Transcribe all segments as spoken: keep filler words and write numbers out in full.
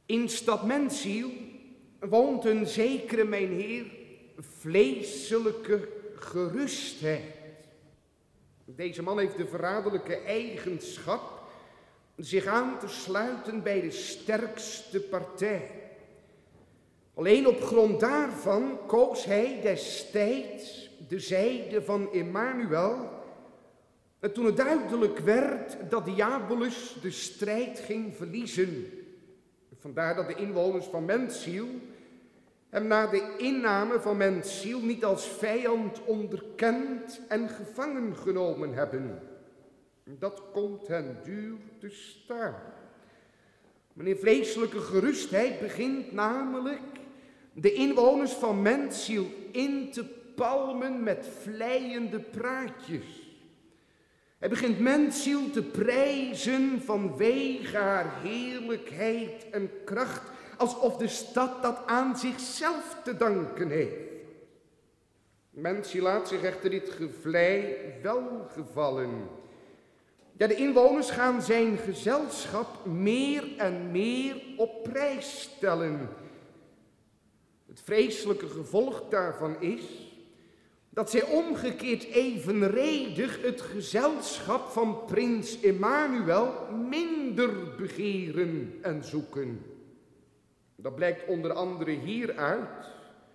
In stad Mensiel woont een zekere mijnheer vleeselijke gerustheid. Deze man heeft de verraderlijke eigenschap zich aan te sluiten bij de sterkste partij. Alleen op grond daarvan koos hij destijds de zijde van Emmanuel. En toen het duidelijk werd dat Diabolus de strijd ging verliezen. Vandaar dat de inwoners van Mensiel hem na de inname van Mensiel niet als vijand onderkend en gevangen genomen hebben. Dat komt hen duur te staan. Meneer vleeselijke gerustheid begint namelijk de inwoners van Mensiel in te palmen met vleiende praatjes. Hij begint Mensiel te prijzen vanwege haar heerlijkheid en kracht, alsof de stad dat aan zichzelf te danken heeft. Mensiel laat zich echter dit gevlei welgevallen. Ja, de inwoners gaan zijn gezelschap meer en meer op prijs stellen. Het vreselijke gevolg daarvan is dat zij omgekeerd evenredig het gezelschap van prins Emmanuel minder begeren en zoeken. Dat blijkt onder andere hieruit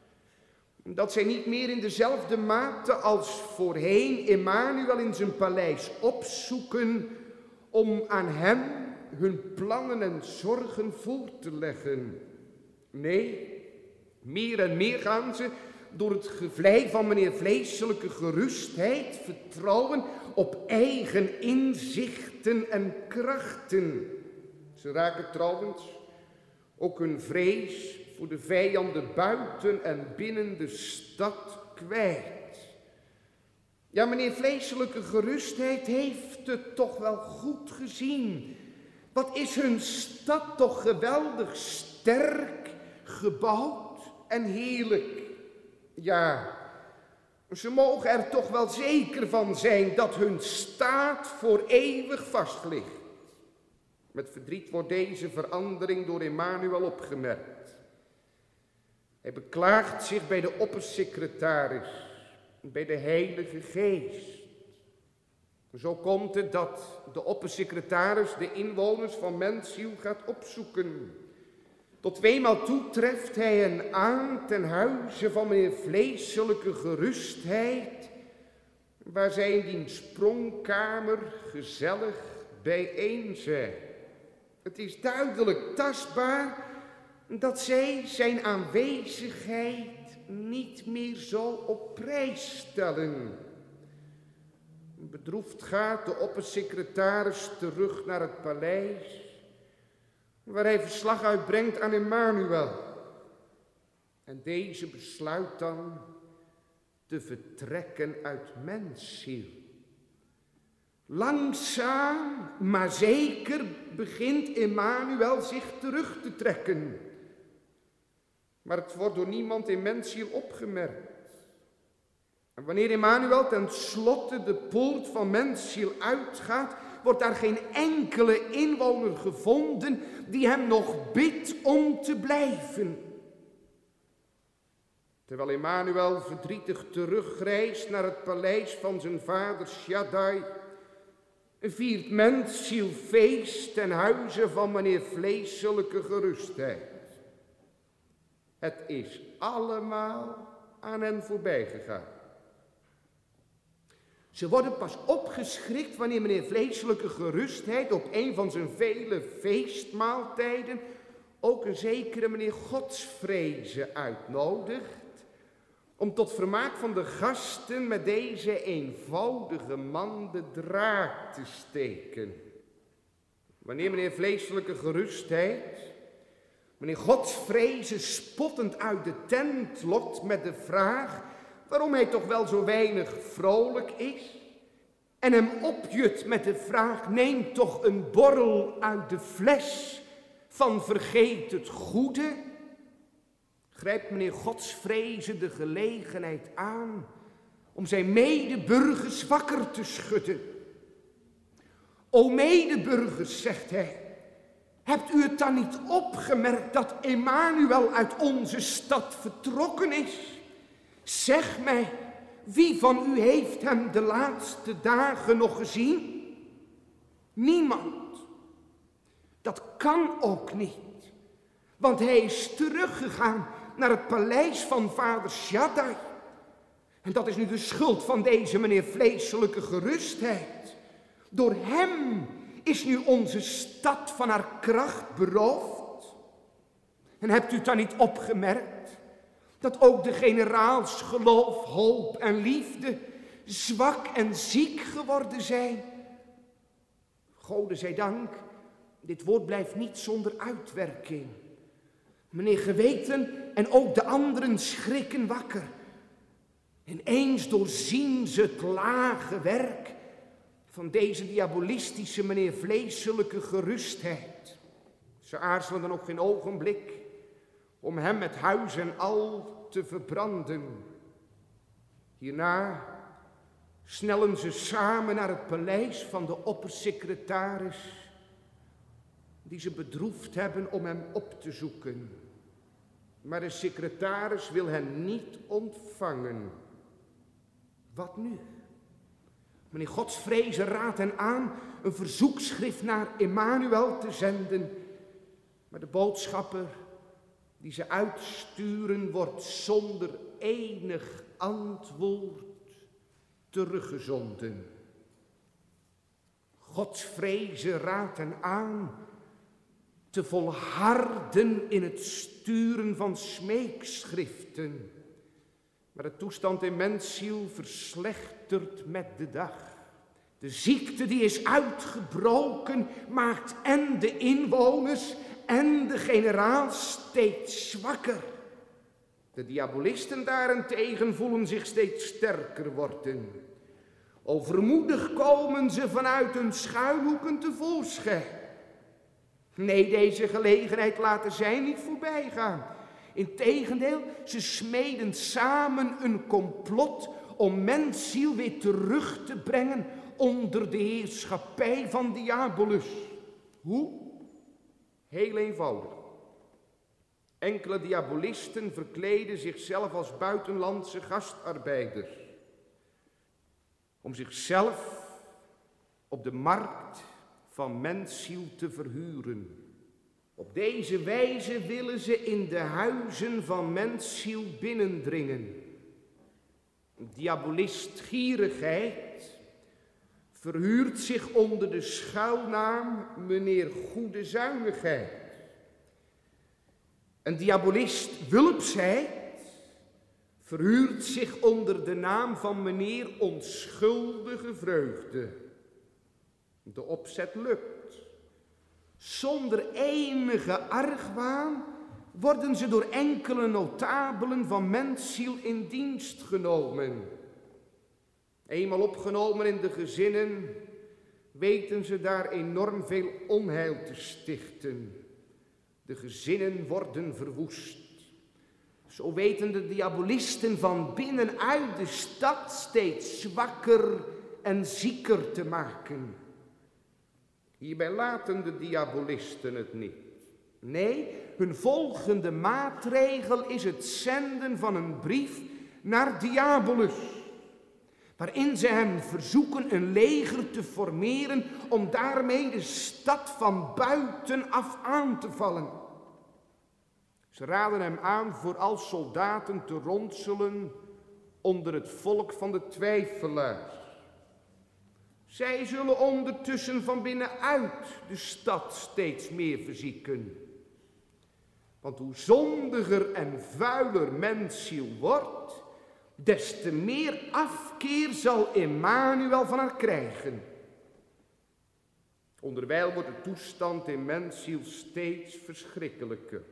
dat zij niet meer in dezelfde mate als voorheen Emmanuel in zijn paleis opzoeken om aan hem hun plannen en zorgen voor te leggen. Nee, meer en meer gaan ze door het gevlei van meneer vleeselijke gerustheid vertrouwen op eigen inzichten en krachten. Ze raken trouwens ook hun vrees voor de vijanden buiten en binnen de stad kwijt. Ja, meneer vleeselijke gerustheid heeft het toch wel goed gezien. Wat is hun stad toch geweldig sterk gebouwd en heerlijk. Ja, ze mogen er toch wel zeker van zijn dat hun staat voor eeuwig vast ligt. Met verdriet wordt deze verandering door Emmanuel opgemerkt. Hij beklaagt zich bij de oppersecretaris, bij de Heilige Geest. Zo komt het dat de oppersecretaris de inwoners van Mensiel gaat opzoeken. Tot tweemaal toe treft hij hen aan ten huize van meneer vleeselijke gerustheid, waar zij in die sprongkamer gezellig bijeen zijn. Het is duidelijk tastbaar dat zij zijn aanwezigheid niet meer zal op prijs stellen. Bedroefd gaat de oppersecretaris terug naar het paleis, waar hij verslag uitbrengt aan Emmanuel. En deze besluit dan te vertrekken uit Mensiel. Langzaam, maar zeker begint Emmanuel zich terug te trekken. Maar het wordt door niemand in Mensiel opgemerkt. En wanneer Emmanuel tenslotte de poort van Mensiel uitgaat, wordt daar geen enkele inwoner gevonden die hem nog bidt om te blijven. Terwijl Emmanuel verdrietig terugreist naar het paleis van zijn vader Shaddai, viert Mensiel feest ten huize van meneer vleeselijke gerustheid. Het is allemaal aan hen voorbij gegaan. Ze worden pas opgeschrikt wanneer meneer vleeselijke gerustheid op een van zijn vele feestmaaltijden ook een zekere meneer godsvreze uitnodigt, om tot vermaak van de gasten met deze eenvoudige man de draak te steken. Wanneer meneer vleeselijke gerustheid meneer godsvreze spottend uit de tent lokt met de vraag waarom hij toch wel zo weinig vrolijk is, en hem opjut met de vraag: neem toch een borrel uit de fles van vergeet het goede, grijpt meneer godsvreze de gelegenheid aan om zijn medeburgers wakker te schudden. O medeburgers, zegt hij, Hebt u het dan niet opgemerkt dat Emmanuel uit onze stad vertrokken is? Zeg mij, wie van u heeft hem de laatste dagen nog gezien? Niemand. Dat kan ook niet, want hij is teruggegaan naar het paleis van vader Shaddai. En dat is nu de schuld van deze meneer vleeselijke gerustheid. Door hem is nu onze stad van haar kracht beroofd. En hebt u het dan niet opgemerkt dat ook de generaals geloof, hoop en liefde zwak en ziek geworden zijn? Gode zij dank, dit woord blijft niet zonder uitwerking. Meneer geweten en ook de anderen schrikken wakker. Ineens doorzien ze het lage werk van deze diabolistische meneer vleeselijke gerustheid. Ze aarzelen dan ook geen ogenblik om hem met huis en al te verbranden. Hierna snellen ze samen naar het paleis van de oppersecretaris, die ze bedroefd hebben om hem op te zoeken. Maar de secretaris wil hen niet ontvangen. Wat nu? Meneer Godsvrezen raadt hen aan een verzoekschrift naar Emmanuel te zenden. Maar de boodschapper die ze uitsturen wordt zonder enig antwoord teruggezonden. Godsvrezen raadt hen aan te volharden in het sturen van smeekschriften. Maar de toestand in mensziel verslechtert met de dag. De ziekte die is uitgebroken maakt en de inwoners en de generaals steeds zwakker. De diabolisten daarentegen voelen zich steeds sterker worden. Overmoedig komen ze vanuit hun schuilhoeken tevoorschijn. Nee, deze gelegenheid laten zij niet voorbij gaan. Integendeel, ze smeden samen een complot om mensziel weer terug te brengen onder de heerschappij van Diabolus. Hoe? Heel eenvoudig. Enkele diabolisten verkleden zichzelf als buitenlandse gastarbeiders, om zichzelf op de markt van mensziel te verhuren. Op deze wijze willen ze in de huizen van mensziel binnendringen. Diabolist gierigheid verhuurt zich onder de schuilnaam meneer Goede Zuinigheid. Een diabolist wulpsheid verhuurt zich onder de naam van meneer Onschuldige Vreugde. De opzet lukt. Zonder enige argwaan worden ze door enkele notabelen van mensziel in dienst genomen. Eenmaal opgenomen in de gezinnen, weten ze daar enorm veel onheil te stichten. De gezinnen worden verwoest. Zo weten de diabolisten van binnenuit de stad steeds zwakker en zieker te maken. Hierbij laten de diabolisten het niet. Nee, hun volgende maatregel is het zenden van een brief naar Diabolus, waarin ze hem verzoeken een leger te formeren om daarmee de stad van buitenaf aan te vallen. Ze raden hem aan voor als soldaten te ronselen onder het volk van de twijfelaars. Zij zullen ondertussen van binnenuit de stad steeds meer verzieken. Want hoe zondiger en vuiler mensziel wordt, des te meer afkeer zal Emmanuel van haar krijgen. Onderwijl wordt de toestand in mensziel steeds verschrikkelijker.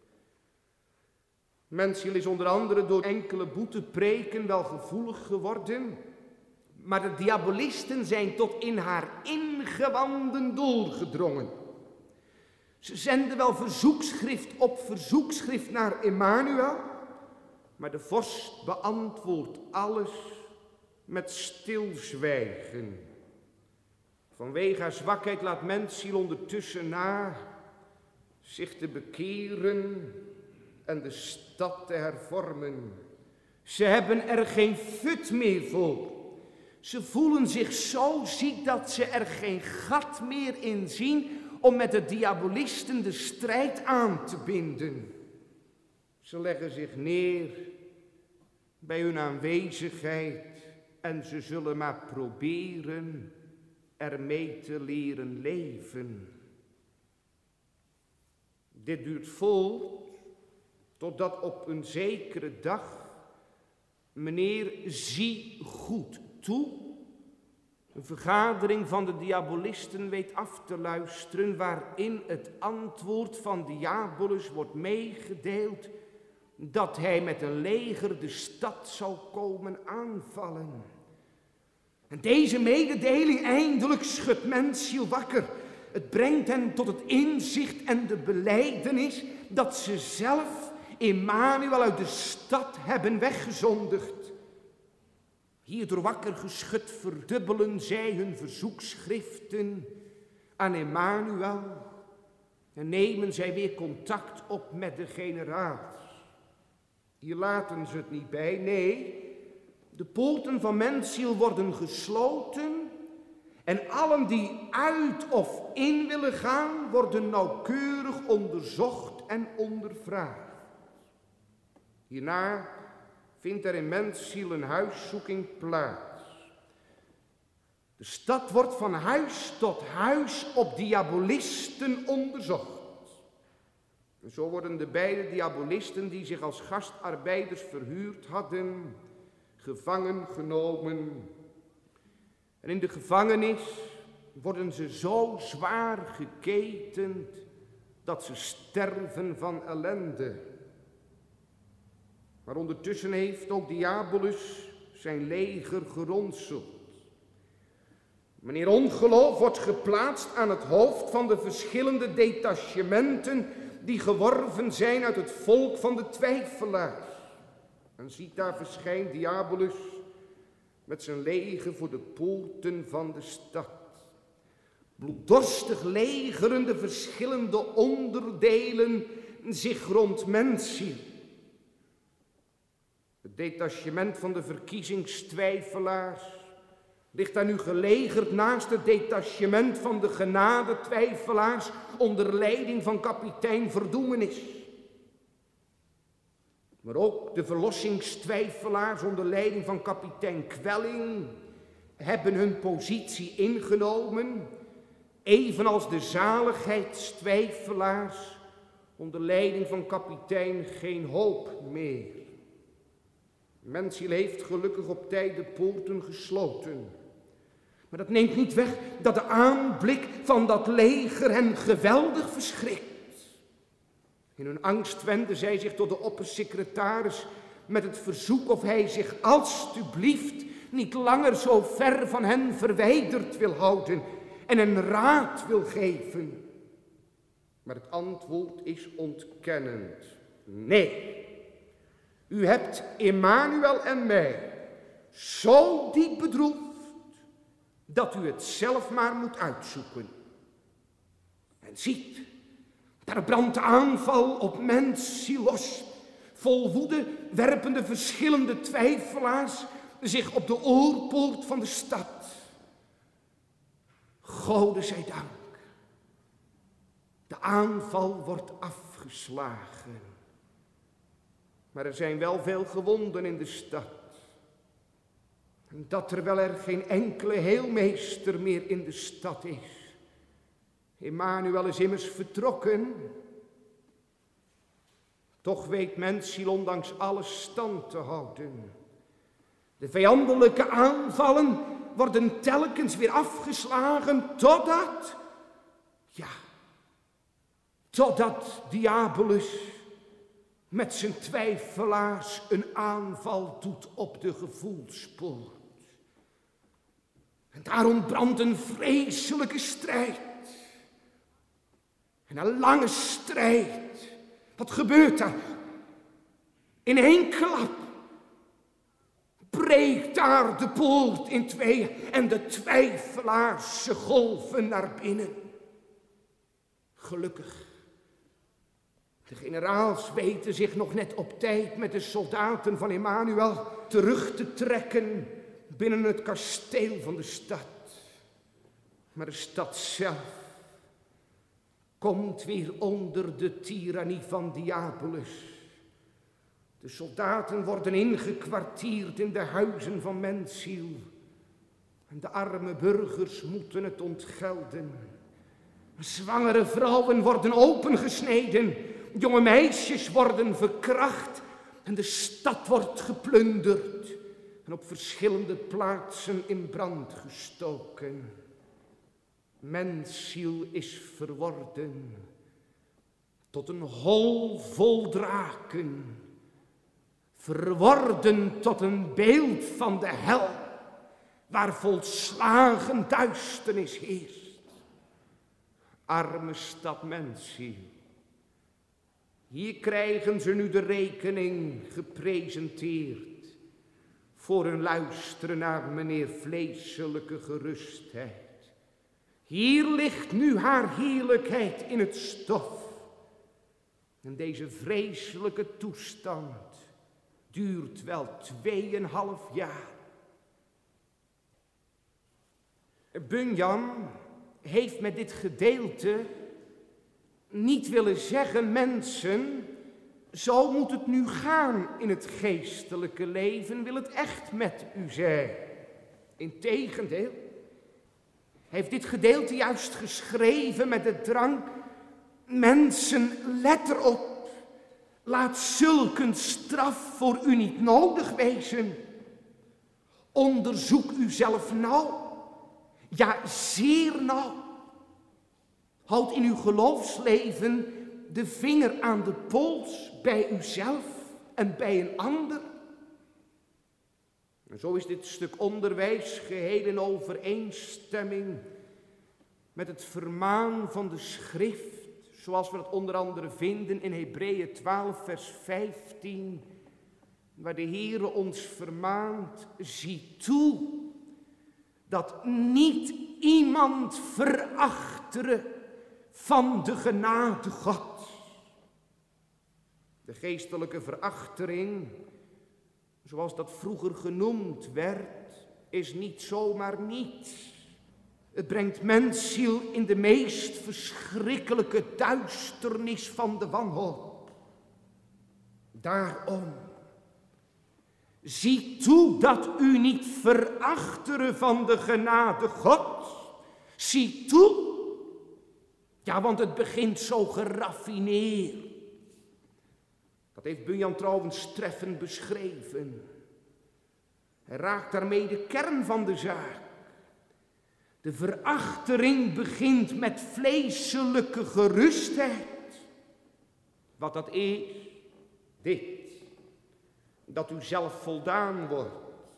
Mensziel is onder andere door enkele boetepreken wel gevoelig geworden, maar de diabolisten zijn tot in haar ingewanden doorgedrongen. Ze zenden wel verzoekschrift op verzoekschrift naar Emmanuel, maar de vorst beantwoordt alles met stilzwijgen. Vanwege haar zwakheid laat mensziel ondertussen na zich te bekeren en de stad te hervormen. Ze hebben er geen fut meer voor. Ze voelen zich zo ziek dat ze er geen gat meer in zien om met de diabolisten de strijd aan te binden. Ze leggen zich neer bij hun aanwezigheid en ze zullen maar proberen ermee te leren leven. Dit duurt voort totdat op een zekere dag meneer Zie goed toe een vergadering van de diabolisten weet af te luisteren, waarin het antwoord van Diabolus wordt meegedeeld dat hij met een leger de stad zal komen aanvallen. En deze mededeling eindelijk schudt Mensiel wakker. Het brengt hen tot het inzicht en de belijdenis dat ze zelf Emmanuel uit de stad hebben weggezondigd. Hierdoor wakker geschud verdubbelen zij hun verzoekschriften aan Emmanuel en nemen zij weer contact op met de generaals. Hier laten ze het niet bij, nee, de poorten van Mensiel worden gesloten en allen die uit of in willen gaan worden nauwkeurig onderzocht en ondervraagd. Hierna vindt er in Mensiel een huiszoeking plaats. De stad wordt van huis tot huis op diabolisten onderzocht. En zo worden de beide diabolisten die zich als gastarbeiders verhuurd hadden, gevangen genomen. En in de gevangenis worden ze zo zwaar geketend dat ze sterven van ellende. Maar ondertussen heeft ook Diabolus zijn leger geronseld. Meneer Ongeloof wordt geplaatst aan het hoofd van de verschillende detachementen die geworven zijn uit het volk van de twijfelaars. En ziet daar verschijnt Diabolus met zijn leger voor de poorten van de stad. Bloeddorstig legeren de verschillende onderdelen zich rond Mensiel. Het detachement van de verkiezingstwijfelaars ligt daar nu gelegerd naast het detachement van de genadetwijfelaars onder leiding van kapitein Verdoemenis. Maar ook de verlossingstwijfelaars onder leiding van kapitein Kwelling hebben hun positie ingenomen, evenals de zaligheidstwijfelaars onder leiding van kapitein Geen Hoop meer. Mensiel heeft gelukkig op tijd de poorten gesloten. Maar dat neemt niet weg dat de aanblik van dat leger hen geweldig verschrikt. In hun angst wenden zij zich tot de oppersecretaris met het verzoek of hij zich alstublieft niet langer zo ver van hen verwijderd wil houden en een raad wil geven. Maar het antwoord is ontkennend. Nee. U hebt Emmanuel en mij zo diep bedroefd dat u het zelf maar moet uitzoeken. En ziet, daar brandt de aanval op Mensiel los. Vol woede werpen de verschillende twijfelaars zich op de oorpoort van de stad. Gode zij dank. De aanval wordt afgeslagen. Maar er zijn wel veel gewonden in de stad. En dat terwijl er geen enkele heelmeester meer in de stad is. Emmanuel is immers vertrokken. Toch weet Mensiel ondanks alles stand te houden. De vijandelijke aanvallen worden telkens weer afgeslagen totdat, ja, totdat Diabolus met zijn twijfelaars een aanval doet op de gevoelspoort. En daar ontbrandt een vreselijke strijd. En een lange strijd. Wat gebeurt daar? In één klap breekt daar de poort in tweeën en de twijfelaars golven naar binnen. Gelukkig De generaals weten zich nog net op tijd met de soldaten van Emmanuel terug te trekken binnen het kasteel van de stad. Maar de stad zelf komt weer onder de tirannie van Diabolus. De soldaten worden ingekwartierd in de huizen van mensziel. En de arme burgers moeten het ontgelden. Zwangere vrouwen worden opengesneden. Jonge meisjes worden verkracht. En de stad wordt geplunderd. En op verschillende plaatsen in brand gestoken. Mensziel is verworden tot een hol vol draken. Verworden tot een beeld van de hel, waar volslagen duisternis heerst. Arme stad mensziel. Hier krijgen ze nu de rekening gepresenteerd voor hun luisteren naar meneer vleeselijke gerustheid. Hier ligt nu haar heerlijkheid in het stof. En deze vreselijke toestand duurt wel tweeënhalf jaar. Bunyan heeft met dit gedeelte niet willen zeggen, mensen, zo moet het nu gaan in het geestelijke leven, wil het echt met u zijn. Integendeel, hij heeft dit gedeelte juist geschreven met de drang, mensen, let erop, laat zulk een straf voor u niet nodig wezen. Onderzoek uzelf nauw, ja zeer nauw. Houd in uw geloofsleven de vinger aan de pols bij uzelf en bij een ander. En zo is dit stuk onderwijs geheel in overeenstemming met het vermaan van de schrift, zoals we het onder andere vinden in Hebreeën twaalf vers vijftien, waar de Heere ons vermaant, zie toe dat niet iemand verachtere van de genade God. De geestelijke verachtering, zoals dat vroeger genoemd werd, is niet zomaar niets. Het brengt mensziel in de meest verschrikkelijke duisternis van de wanhoop. Daarom, zie toe dat u niet verachtere van de genade God. Zie toe. Ja, want het begint zo geraffineerd. Dat heeft Bunyan trouwens treffend beschreven. Hij raakt daarmee de kern van de zaak. De verachtering begint met vleeselijke gerustheid. Wat dat is, dit. Dat u zelf voldaan wordt.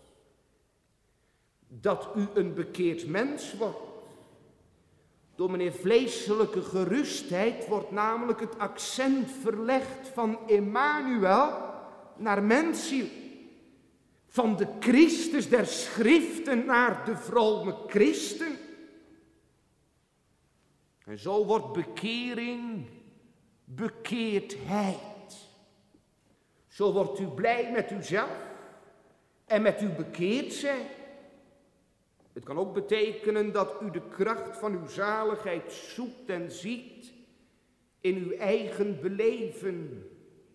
Dat u een bekeerd mens wordt. Door meneer vleeselijke gerustheid wordt namelijk het accent verlegd van Emmanuel naar mensziel. Van de Christus der Schriften naar de vrome Christen. En zo wordt bekering bekeerdheid. Zo wordt u blij met uzelf en met uw bekeerd zijn. Het kan ook betekenen dat u de kracht van uw zaligheid zoekt en ziet in uw eigen beleven.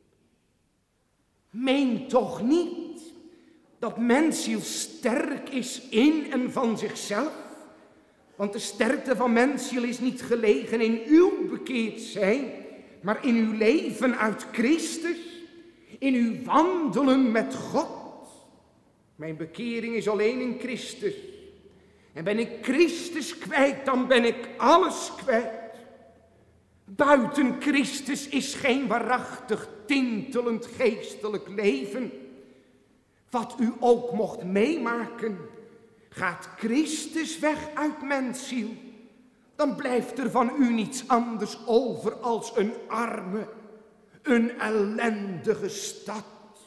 Meen toch niet dat mensziel sterk is in en van zichzelf? Want de sterkte van mensziel is niet gelegen in uw bekeerd zijn, maar in uw leven uit Christus, in uw wandelen met God. Mijn bekering is alleen in Christus. En ben ik Christus kwijt, dan ben ik alles kwijt. Buiten Christus is geen waarachtig tintelend geestelijk leven. Wat u ook mocht meemaken, gaat Christus weg uit mensziel, dan blijft er van u niets anders over als een arme, een ellendige stad.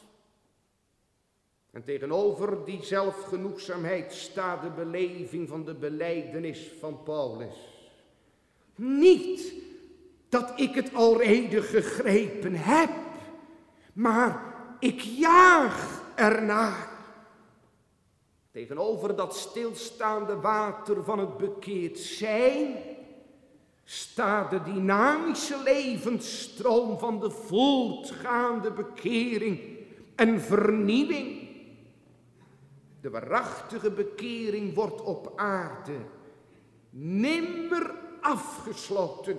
En tegenover die zelfgenoegzaamheid staat de beleving van de belijdenis van Paulus. Niet dat ik het alrede gegrepen heb, maar ik jaag ernaar. Tegenover dat stilstaande water van het bekeerd zijn staat de dynamische levensstroom van de voortgaande bekering en vernieuwing. De waarachtige bekering wordt op aarde nimmer afgesloten.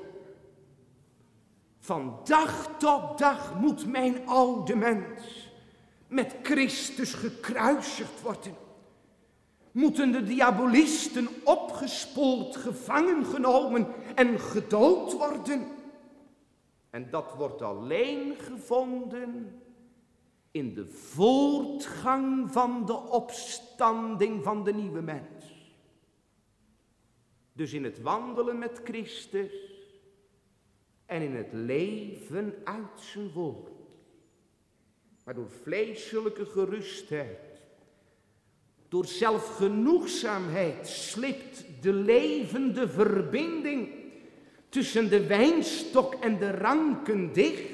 Van dag tot dag moet mijn oude mens met Christus gekruisigd worden. Moeten de diabolisten opgespoord, gevangen genomen en gedood worden. En dat wordt alleen gevonden in de voortgang van de opstanding van de nieuwe mens. Dus in het wandelen met Christus en in het leven uit zijn woord. Maar door vleeselijke gerustheid, door zelfgenoegzaamheid slipt de levende verbinding tussen de wijnstok en de ranken dicht.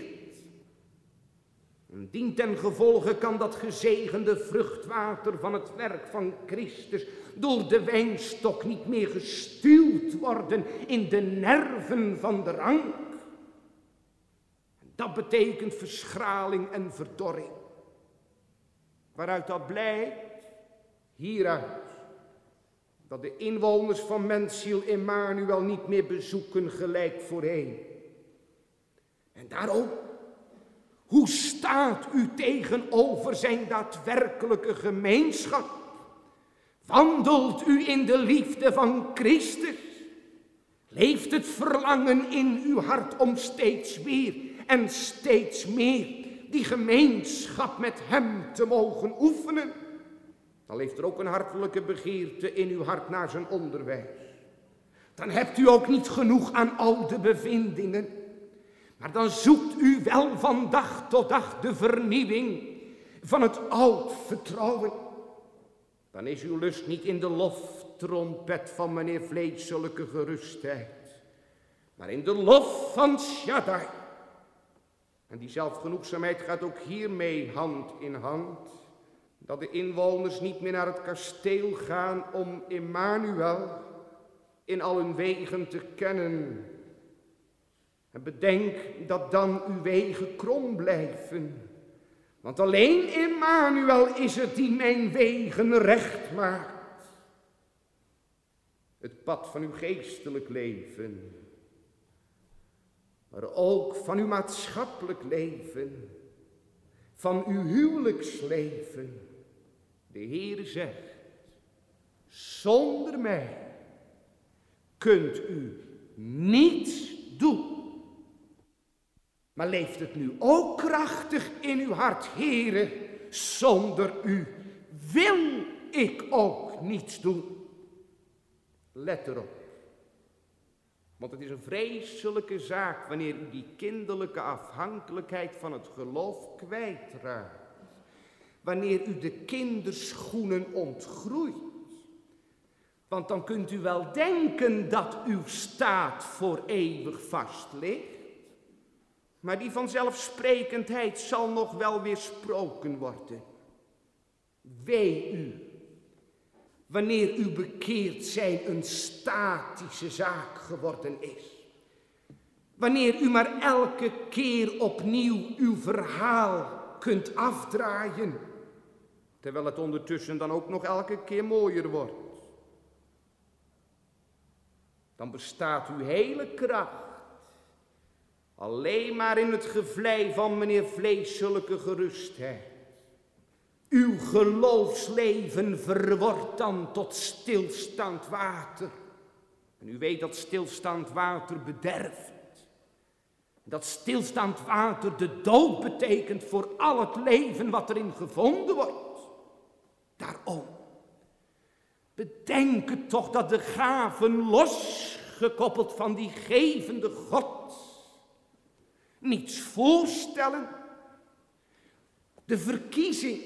En dien ten gevolge kan dat gezegende vruchtwater van het werk van Christus door de wijnstok niet meer gestuwd worden in de nerven van de rank. Dat betekent verschraling en verdorring. Waaruit dat blijkt? Hieruit dat de inwoners van Mensiel Emmanuel niet meer bezoeken gelijk voorheen. En daarom, hoe staat u tegenover zijn daadwerkelijke gemeenschap? Wandelt u in de liefde van Christus? Leeft het verlangen in uw hart om steeds weer en steeds meer die gemeenschap met hem te mogen oefenen? Dan leeft er ook een hartelijke begeerte in uw hart naar zijn onderwijs. Dan hebt u ook niet genoeg aan oude bevindingen. Maar dan zoekt u wel van dag tot dag de vernieuwing van het oud vertrouwen. Dan is uw lust niet in de loftrompet van meneer vleeselijke gerustheid, maar in de lof van Shaddai. En die zelfgenoegzaamheid gaat ook hiermee hand in hand. Dat de inwoners niet meer naar het kasteel gaan om Emmanuel in al hun wegen te kennen. En bedenk dat dan uw wegen krom blijven. Want alleen Emmanuel is het die mijn wegen recht maakt. Het pad van uw geestelijk leven, maar ook van uw maatschappelijk leven, van uw huwelijksleven. De Heere zegt, zonder mij kunt u niets doen. Maar leeft het nu ook krachtig in uw hart, Heere, zonder u wil ik ook niets doen. Let erop, want het is een vreselijke zaak wanneer u die kinderlijke afhankelijkheid van het geloof kwijtraakt. Wanneer u de kinderschoenen ontgroeit. Want dan kunt u wel denken dat uw staat voor eeuwig vast ligt. Maar die vanzelfsprekendheid zal nog wel weersproken worden. Wee u, wanneer uw bekeerd zijn een statische zaak geworden is. Wanneer u maar elke keer opnieuw uw verhaal kunt afdraaien, terwijl het ondertussen dan ook nog elke keer mooier wordt. Dan bestaat uw hele kracht alleen maar in het gevlei van meneer vleeselijke gerustheid. Uw geloofsleven verwordt dan tot stilstaand water. En u weet dat stilstaand water bederft. Dat stilstaand water de dood betekent voor al het leven wat erin gevonden wordt. Daarom, bedenk het toch dat de gaven losgekoppeld van die gevende God niets voorstellen. De verkiezing,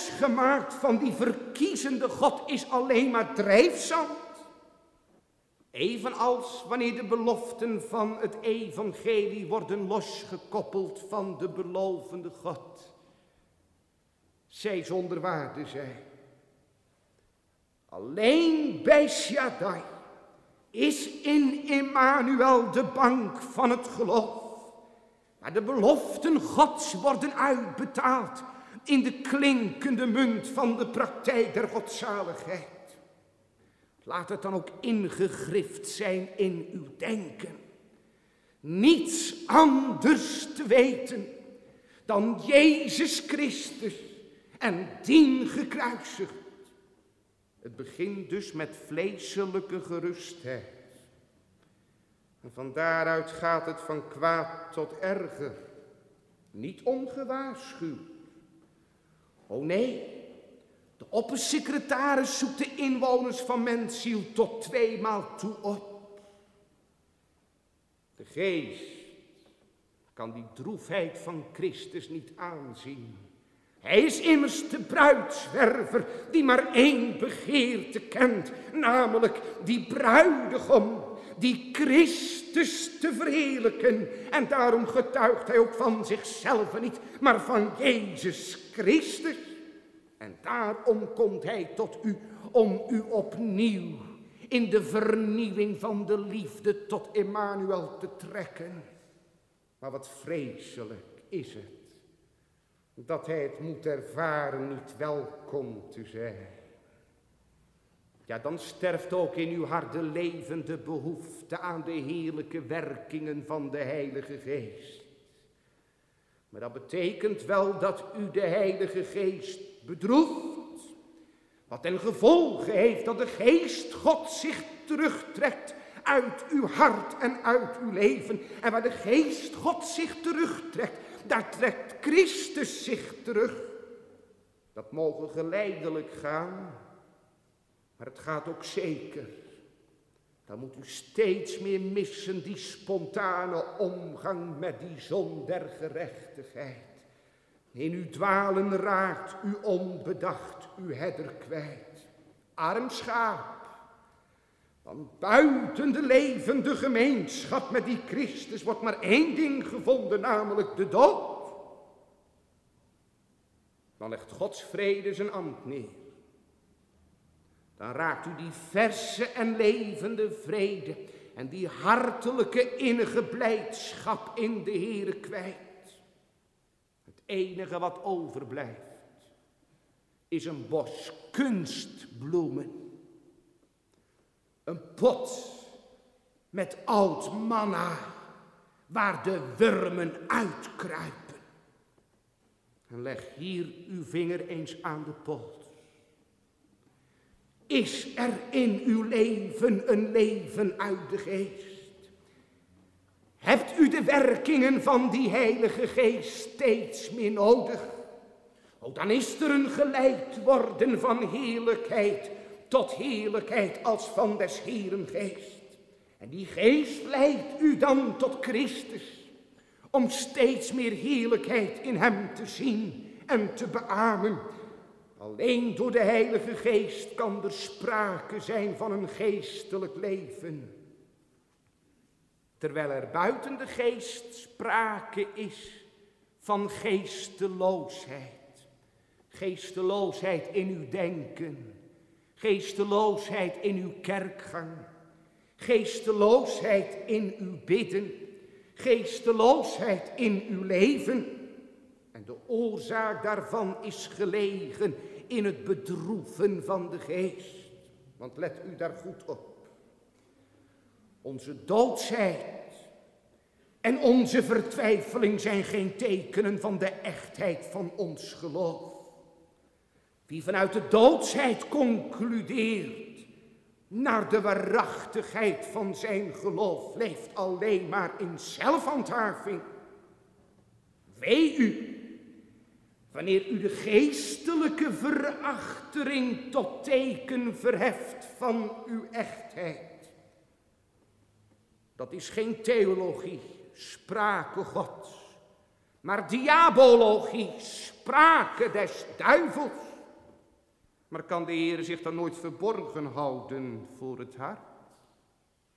losgemaakt van die verkiezende God, is alleen maar drijfzand. Evenals wanneer de beloften van het evangelie worden losgekoppeld van de belovende God. Zij zonder waarde zijn. Alleen bij Shaddai is in Immanuel de bank van het geloof, waar de beloften Gods worden uitbetaald in de klinkende munt van de praktijk der godzaligheid. Laat het dan ook ingegrift zijn in uw denken. Niets anders te weten dan Jezus Christus en dien gekruisigd. Het begint dus met vleeselijke gerustheid. En van daaruit gaat het van kwaad tot erger. Niet ongewaarschuwd. O nee, de oppersecretaris zoekt de inwoners van Mensiel tot tweemaal toe op. De geest kan die droefheid van Christus niet aanzien. Hij is immers de bruidzwerver die maar één begeerte kent, namelijk die bruidegom, die Christus te verheerlijken. En daarom getuigt hij ook van zichzelf niet, maar van Jezus Christus. En daarom komt hij tot u, om u opnieuw in de vernieuwing van de liefde tot Immanuel te trekken. Maar wat vreselijk is het, dat hij het moet ervaren niet welkom te zijn. Ja, dan sterft ook in uw hart de levende behoefte aan de heerlijke werkingen van de Heilige Geest. Maar dat betekent wel dat u de Heilige Geest bedroeft. Wat ten gevolge heeft dat de Geest God zich terugtrekt uit uw hart en uit uw leven. En waar de Geest God zich terugtrekt, daar trekt Christus zich terug. Dat mogen geleidelijk gaan, maar het gaat ook zeker. Dan moet u steeds meer missen die spontane omgang met die zon der gerechtigheid. In uw dwalen raakt u onbedacht uw herder kwijt. Arm schaap, want buiten de levende gemeenschap met die Christus wordt maar één ding gevonden, namelijk de dood. Dan legt Gods vrede zijn ambt neer. Dan raakt u die verse en levende vrede en die hartelijke innige blijdschap in de Heere kwijt. Het enige wat overblijft is een bos kunstbloemen. Een pot met oud manna waar de wurmen uitkruipen. En leg hier uw vinger eens aan de pot. Is er in uw leven een leven uit de Geest? Hebt u de werkingen van die Heilige Geest steeds meer nodig? O, dan is er een geleid worden van heerlijkheid tot heerlijkheid als van des Heeren Geest. En die Geest leidt u dan tot Christus, om steeds meer heerlijkheid in hem te zien en te beamen. Alleen door de Heilige Geest kan er sprake zijn van een geestelijk leven. Terwijl er buiten de Geest sprake is van geesteloosheid. Geesteloosheid in uw denken. Geesteloosheid in uw kerkgang. Geesteloosheid in uw bidden. Geesteloosheid in uw leven. En de oorzaak daarvan is gelegen in het bedroeven van de Geest. Want let u daar goed op. Onze doodsheid en onze vertwijfeling zijn geen tekenen van de echtheid van ons geloof. Wie vanuit de doodsheid concludeert naar de waarachtigheid van zijn geloof, leeft alleen maar in zelfhandhaving. Wee u, wanneer u de geestelijke verachtering tot teken verheft van uw echtheid. Dat is geen theologie, sprake Gods, maar diabologie, sprake des duivels. Maar kan de Heer zich dan nooit verborgen houden voor het hart?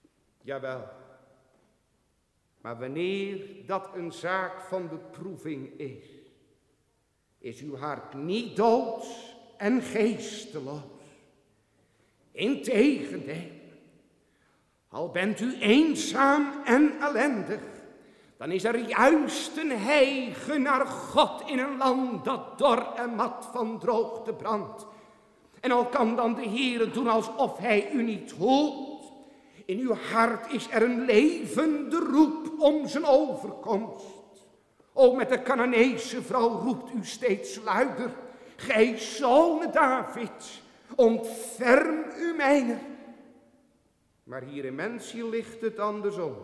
Jawel. Maar wanneer dat een zaak van beproeving is, is uw hart niet doods en geesteloos. Integendeel, al bent u eenzaam en ellendig, dan is er juist een hege naar God in een land dat dor en mat van droogte brandt. En al kan dan de Heere doen alsof hij u niet hoort, in uw hart is er een levende roep om zijn overkomst. O, met de Canaanese vrouw roept u steeds luider, gij zoon Davids, ontferm u mijner. Maar hier in mensziel ligt het andersom.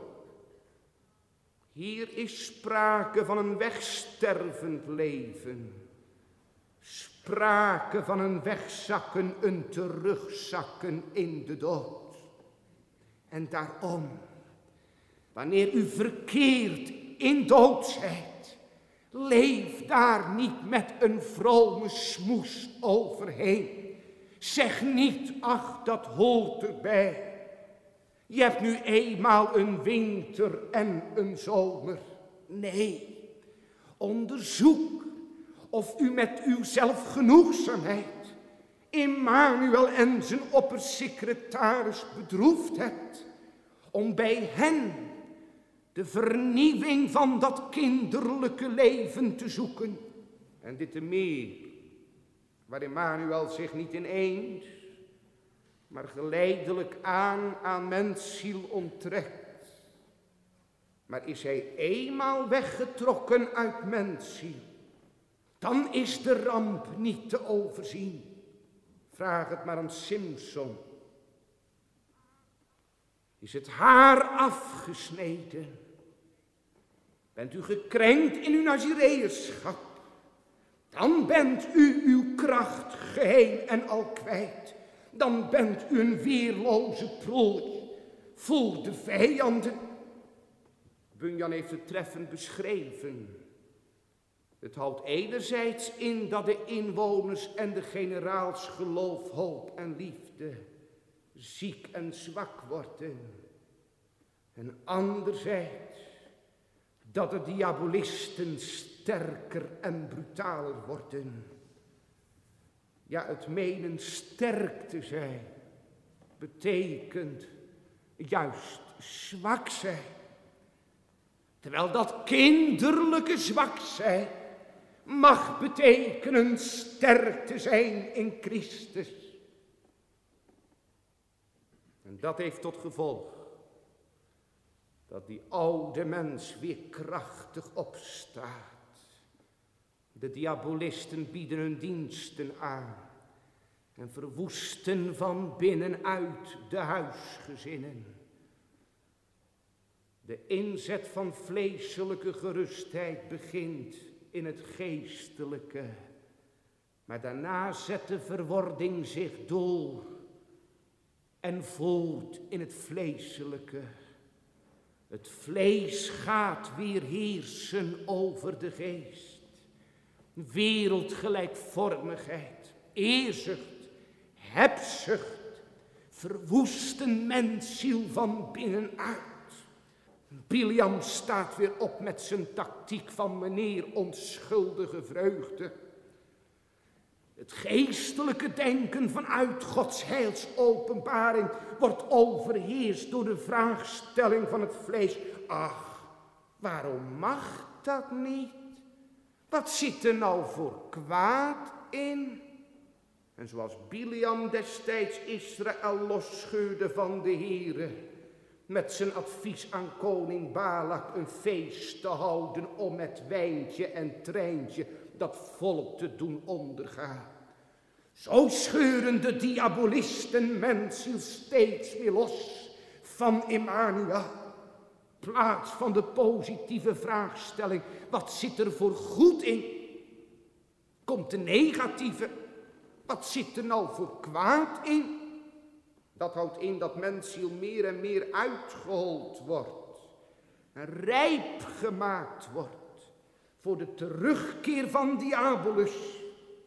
Hier is sprake van een wegstervend leven. Sprake van een wegzakken, een terugzakken in de dood. En daarom, wanneer u verkeert in doodsheid, leef daar niet met een vrome smoes overheen. Zeg niet, ach, dat hoort erbij. Je hebt nu eenmaal een winter en een zomer. Nee, onderzoek of u met uw zelfgenoegzaamheid Immanuel en zijn oppersecretaris bedroefd hebt, om bij hen de vernieuwing van dat kinderlijke leven te zoeken. En dit te meer, waar Immanuel zich niet ineens, maar geleidelijk aan aan mensziel onttrekt. Maar is hij eenmaal weggetrokken uit mensziel, dan is de ramp niet te overzien. Vraag het maar aan Simson. Is het haar afgesneden? Bent u gekrenkt in uw Nazireërschap? Dan bent u uw kracht geheel en al kwijt. Dan bent u een weerloze prooi voor de vijanden. Bunyan heeft het treffend beschreven. Het houdt enerzijds in dat de inwoners en de generaals geloof, hoop en liefde ziek en zwak worden. En anderzijds dat de diabolisten sterker en brutaler worden. Ja, het menen sterk te zijn betekent juist zwak zijn. Terwijl dat kinderlijke zwak zijn mag betekenen sterk te zijn in Christus. En dat heeft tot gevolg dat die oude mens weer krachtig opstaat. De diabolisten bieden hun diensten aan en verwoesten van binnenuit de huisgezinnen. De inzet van vleeselijke gerustheid begint in het geestelijke, maar daarna zet de verwording zich door en voert in het vleeselijke. Het vlees gaat weer heersen over de geest. Wereldgelijkvormigheid, eerzucht, hebzucht, verwoesten mensziel van binnenuit. Biliam staat weer op met zijn tactiek van meneer onschuldige vreugde. Het geestelijke denken vanuit Gods heilsopenbaring wordt overheerst door de vraagstelling van het vlees. Ach, waarom mag dat niet? Wat zit er nou voor kwaad in? En zoals Biliam destijds Israël losscheurde van de Heere, met zijn advies aan koning Balak een feest te houden om met wijntje en treintje dat volk te doen ondergaan. Zo scheuren de diabolisten mensziel steeds weer los van Immanuel. Plaats van de positieve vraagstelling, wat zit er voor goed in? Komt de negatieve, wat zit er nou voor kwaad in? Dat houdt in dat mensziel meer en meer uitgehold wordt en rijp gemaakt wordt voor de terugkeer van Diabolus.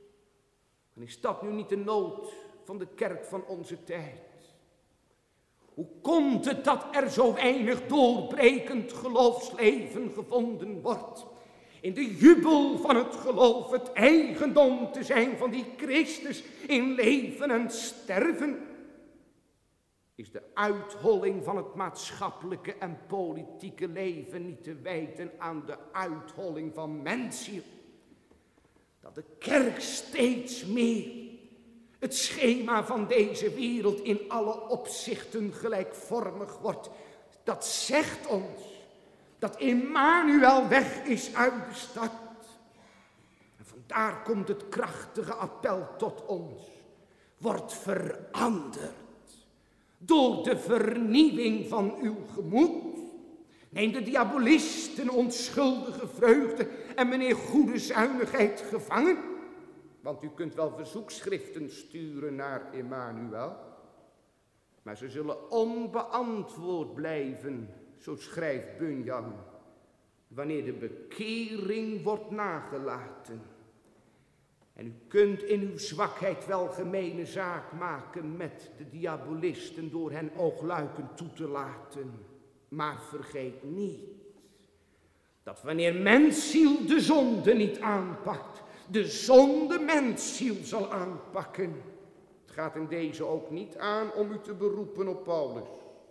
En is dat nu niet de nood van de kerk van onze tijd? Hoe komt het dat er zo weinig doorbrekend geloofsleven gevonden wordt? In de jubel van het geloof het eigendom te zijn van die Christus in leven en sterven. Is de uitholling van het maatschappelijke en politieke leven niet te wijten aan de uitholling van mensziel? Dat de kerk steeds meer het schema van deze wereld in alle opzichten gelijkvormig wordt. Dat zegt ons dat Immanuel weg is uit de stad. En vandaar komt het krachtige appel tot ons. Wordt veranderd door de vernieuwing van uw gemoed. Neem de diabolisten onschuldige vreugde en meneer goede zuinigheid gevangen. Want u kunt wel verzoekschriften sturen naar Immanuel. Maar ze zullen onbeantwoord blijven, zo schrijft Bunyan, wanneer de bekering wordt nagelaten. En u kunt in uw zwakheid wel gemene zaak maken met de diabolisten door hen oogluikend toe te laten. Maar vergeet niet dat wanneer mensziel de zonde niet aanpakt, de zonde mensziel zal aanpakken. Het gaat in deze ook niet aan om u te beroepen op Paulus.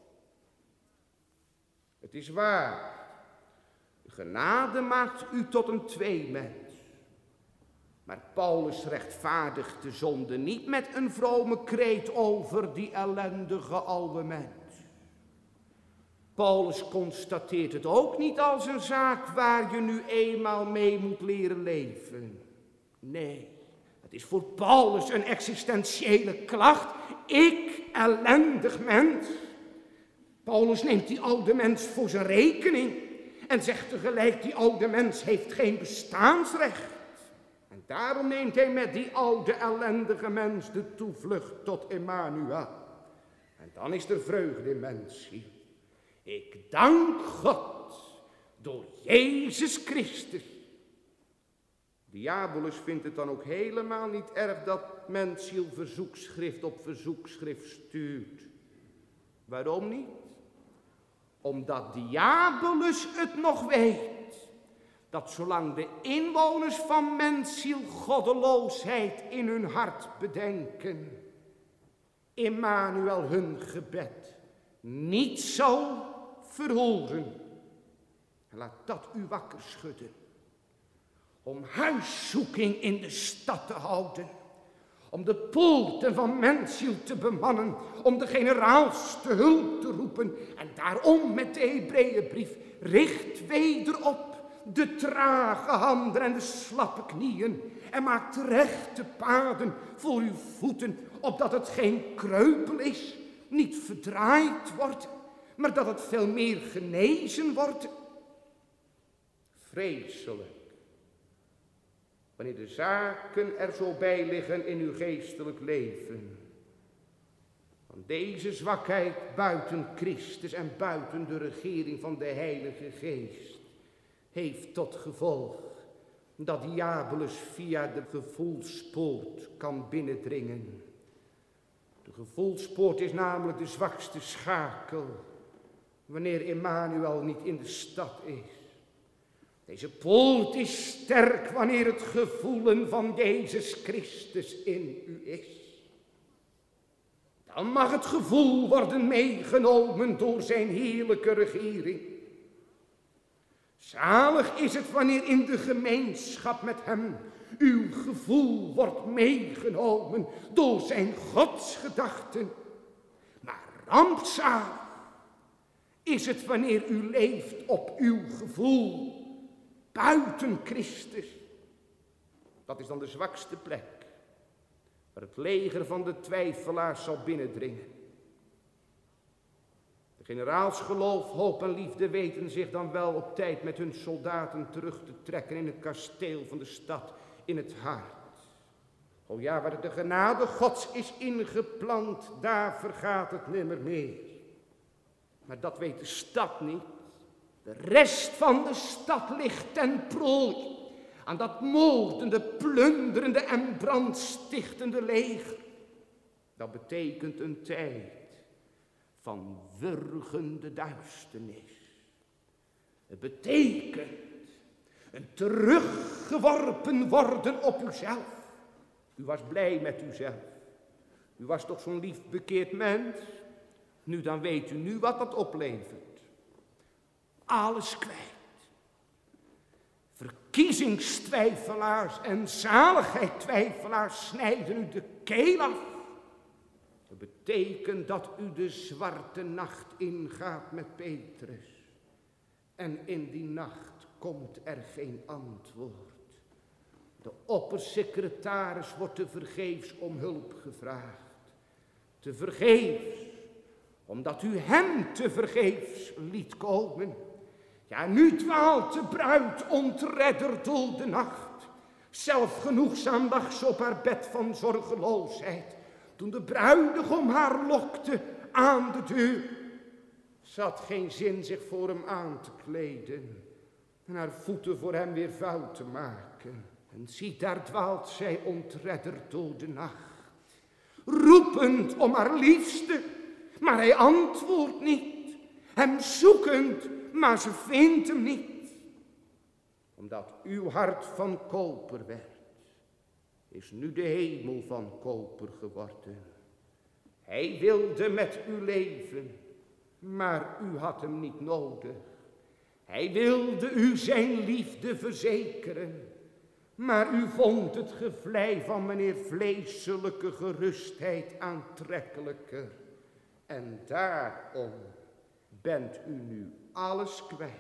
Het is waar, de genade maakt u tot een tweemens. Maar Paulus rechtvaardigt de zonde niet met een vrome kreet over die ellendige oude mens. Paulus constateert het ook niet als een zaak waar je nu eenmaal mee moet leren leven. Nee, het is voor Paulus een existentiële klacht. Ik, ellendig mens. Paulus neemt die oude mens voor zijn rekening en zegt tegelijk, die oude mens heeft geen bestaansrecht. En daarom neemt hij met die oude ellendige mens de toevlucht tot Immanuel. En dan is er vreugde in mensziel. Ik dank God door Jezus Christus. Diabolus vindt het dan ook helemaal niet erg dat mensziel verzoekschrift op verzoekschrift stuurt. Waarom niet? Omdat Diabolus het nog weet. Dat zolang de inwoners van mensziel goddeloosheid in hun hart bedenken, Immanuel hun gebed niet zal verhoren. En laat dat u wakker schudden. Om huiszoeking in de stad te houden. Om de poorten van mensziel te bemannen. Om de generaals te hulp te roepen. En daarom met de Hebreeënbrief richt weder op de trage handen en de slappe knieën. En maakt rechte paden voor uw voeten. Opdat het geen kreupel is. Niet verdraaid wordt. Maar dat het veel meer genezen wordt. Vreselijk. Wanneer de zaken er zo bij liggen in uw geestelijk leven. Van deze zwakheid buiten Christus en buiten de regering van de Heilige Geest. Heeft tot gevolg dat Diabolus via de gevoelspoort kan binnendringen. De gevoelspoort is namelijk de zwakste schakel wanneer Immanuel niet in de stad is. Deze poort is sterk wanneer het gevoelen van Jezus Christus in u is. Dan mag het gevoel worden meegenomen door zijn heerlijke regering. Zalig is het wanneer in de gemeenschap met hem uw gevoel wordt meegenomen door zijn godsgedachten. Maar rampzalig is het wanneer u leeft op uw gevoel buiten Christus. Dat is dan de zwakste plek waar het leger van de twijfelaars zal binnendringen. De generaals geloof, hoop en liefde weten zich dan wel op tijd met hun soldaten terug te trekken in het kasteel van de stad, in het hart. O ja, waar de genade Gods is ingeplant, daar vergaat het nimmer meer. Maar dat weet de stad niet. De rest van de stad ligt ten prooi aan dat moordende, plunderende en brandstichtende leger. Dat betekent een tijd van wurgende duisternis. Het betekent een teruggeworpen worden op uzelf. U was blij met uzelf. U was toch zo'n lief bekeerd mens. Nu dan weet u nu wat dat oplevert. Alles kwijt. Verkiezingstwijfelaars en zaligheidstwijfelaars snijden u de keel af. Dat betekent dat u de zwarte nacht ingaat met Petrus. En in die nacht komt er geen antwoord. De oppersecretaris wordt tevergeefs om hulp gevraagd. Tevergeefs, omdat u hem tevergeefs liet komen. Ja, nu dwaalt de bruid ontredderd door de nacht. Zelfgenoegzaam lag ze op haar bed van zorgeloosheid. Toen de bruidegom haar lokte aan de deur. Ze had geen zin zich voor hem aan te kleden en haar voeten voor hem weer vuil te maken. En ziet, daar dwaalt zij ontredderd door de nacht, roepend om haar liefste, maar hij antwoordt niet. Hem zoekend, maar ze vindt hem niet. Omdat uw hart van koper werd, is nu de hemel van koper geworden. Hij wilde met u leven, maar u had hem niet nodig. Hij wilde u zijn liefde verzekeren, maar u vond het gevlei van meneer vleeselijke gerustheid aantrekkelijker. En daarom bent u nu alles kwijt.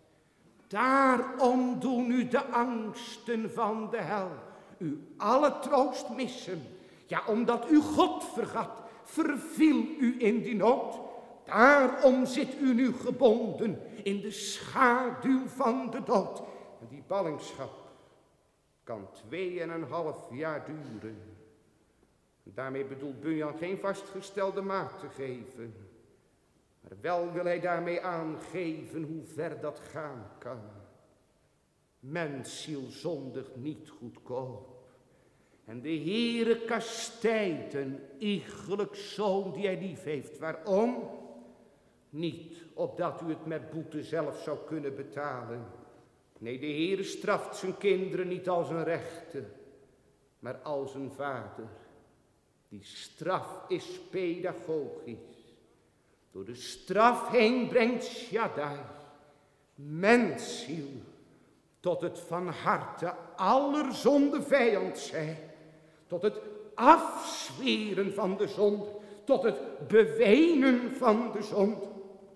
Daarom doen u de angsten van de hel u alle troost missen. Ja, omdat u God vergat, verviel u in die nood. Daarom zit u nu gebonden in de schaduw van de dood. En die ballingschap kan twee en een half jaar duren. Daarmee bedoelt Bunyan geen vastgestelde maat te geven. Maar wel wil hij daarmee aangeven hoe ver dat gaan kan. Mensziel zondigt niet goedkoop. En de Heere kastijdt een iegelijk zoon die hij lief heeft. Waarom? Niet opdat u het met boete zelf zou kunnen betalen. Nee, de Heere straft zijn kinderen niet als een rechter, maar als een vader. Die straf is pedagogisch. Door de straf heen brengt Shaddai mensziel tot het van harte aller zonde vijand zijn. Tot het afzweren van de zonde. Tot het bewenen van de zonde.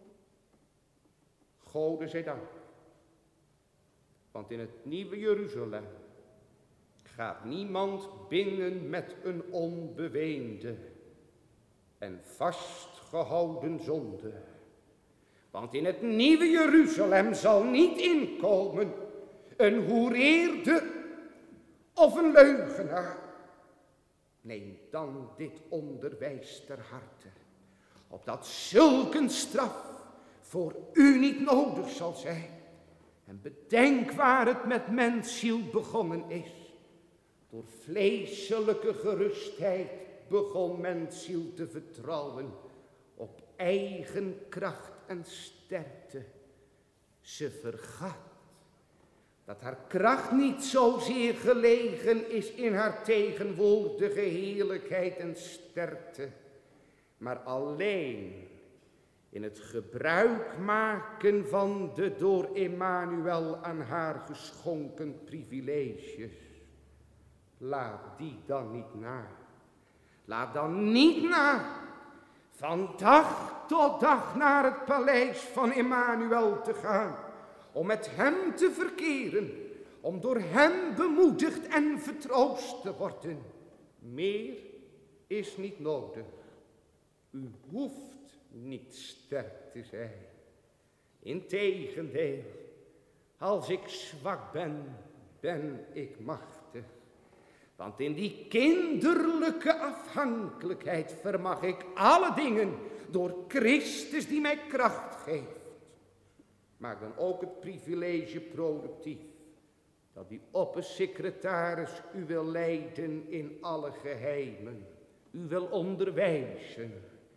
Gode zij dank. Want in het nieuwe Jeruzalem gaat niemand binnen met een onbeweende en vastgehouden zonde. Want in het nieuwe Jeruzalem zal niet inkomen een hoereerder of een leugenaar. Neem dan dit onderwijs ter harte, opdat zulk een straf voor u niet nodig zal zijn. En bedenk waar het met mensziel begonnen is. Door vleeselijke gerustheid begon mensziel te vertrouwen op eigen kracht en sterkte. Ze vergat dat haar kracht niet zozeer gelegen is in haar tegenwoordige heerlijkheid en sterkte, maar alleen in het gebruik maken van de door Emmanuel aan haar geschonken privileges. Laat die dan niet na. Laat dan niet na van dag tot dag naar het paleis van Emmanuel te gaan, om met hem te verkeren, om door hem bemoedigd en vertroost te worden. Meer is niet nodig. U hoeft niet sterk te zijn. Integendeel, als ik zwak ben, ben ik machtig. Want in die kinderlijke afhankelijkheid vermag ik alle dingen door Christus die mij kracht geeft. Maak dan ook het privilege productief, dat die oppersecretaris u wil leiden in alle geheimen, u wil onderwijzen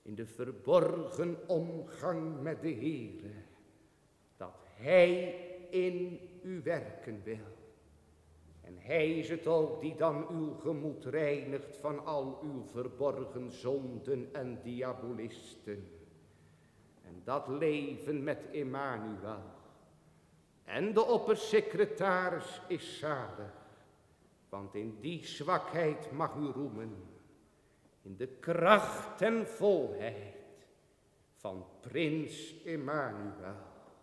in de verborgen omgang met de Heere, dat Hij in u werken wil. En Hij is het ook die dan uw gemoed reinigt van al uw verborgen zonden en diabolisten. En dat leven met Emmanuel en de oppersecretaris is zalig, want in die zwakheid mag u roemen, in de kracht en volheid van prins Emmanuel.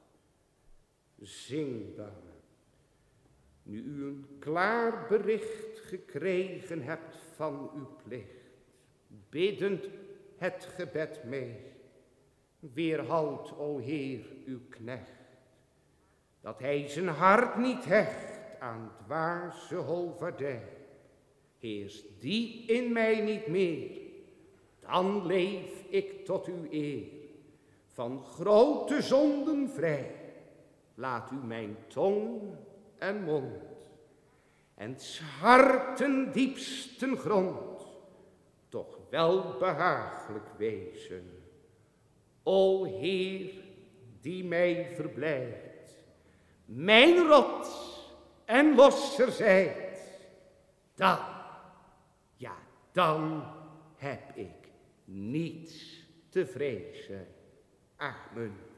Zing dan, nu u een klaar bericht gekregen hebt van uw plicht, biddend het gebed mee. Weerhoud, o Heer, uw knecht, dat hij zijn hart niet hecht aan dwaze hovaardij. Heerst die in mij niet meer, dan leef ik tot uw eer. Van grote zonden vrij, laat u mijn tong en mond en 's harten diepsten grond toch wel behagelijk wezen. O Heer, die mij verblijdt, mijn rots en losser zijt, dan, ja dan heb ik niets te vrezen. Amen.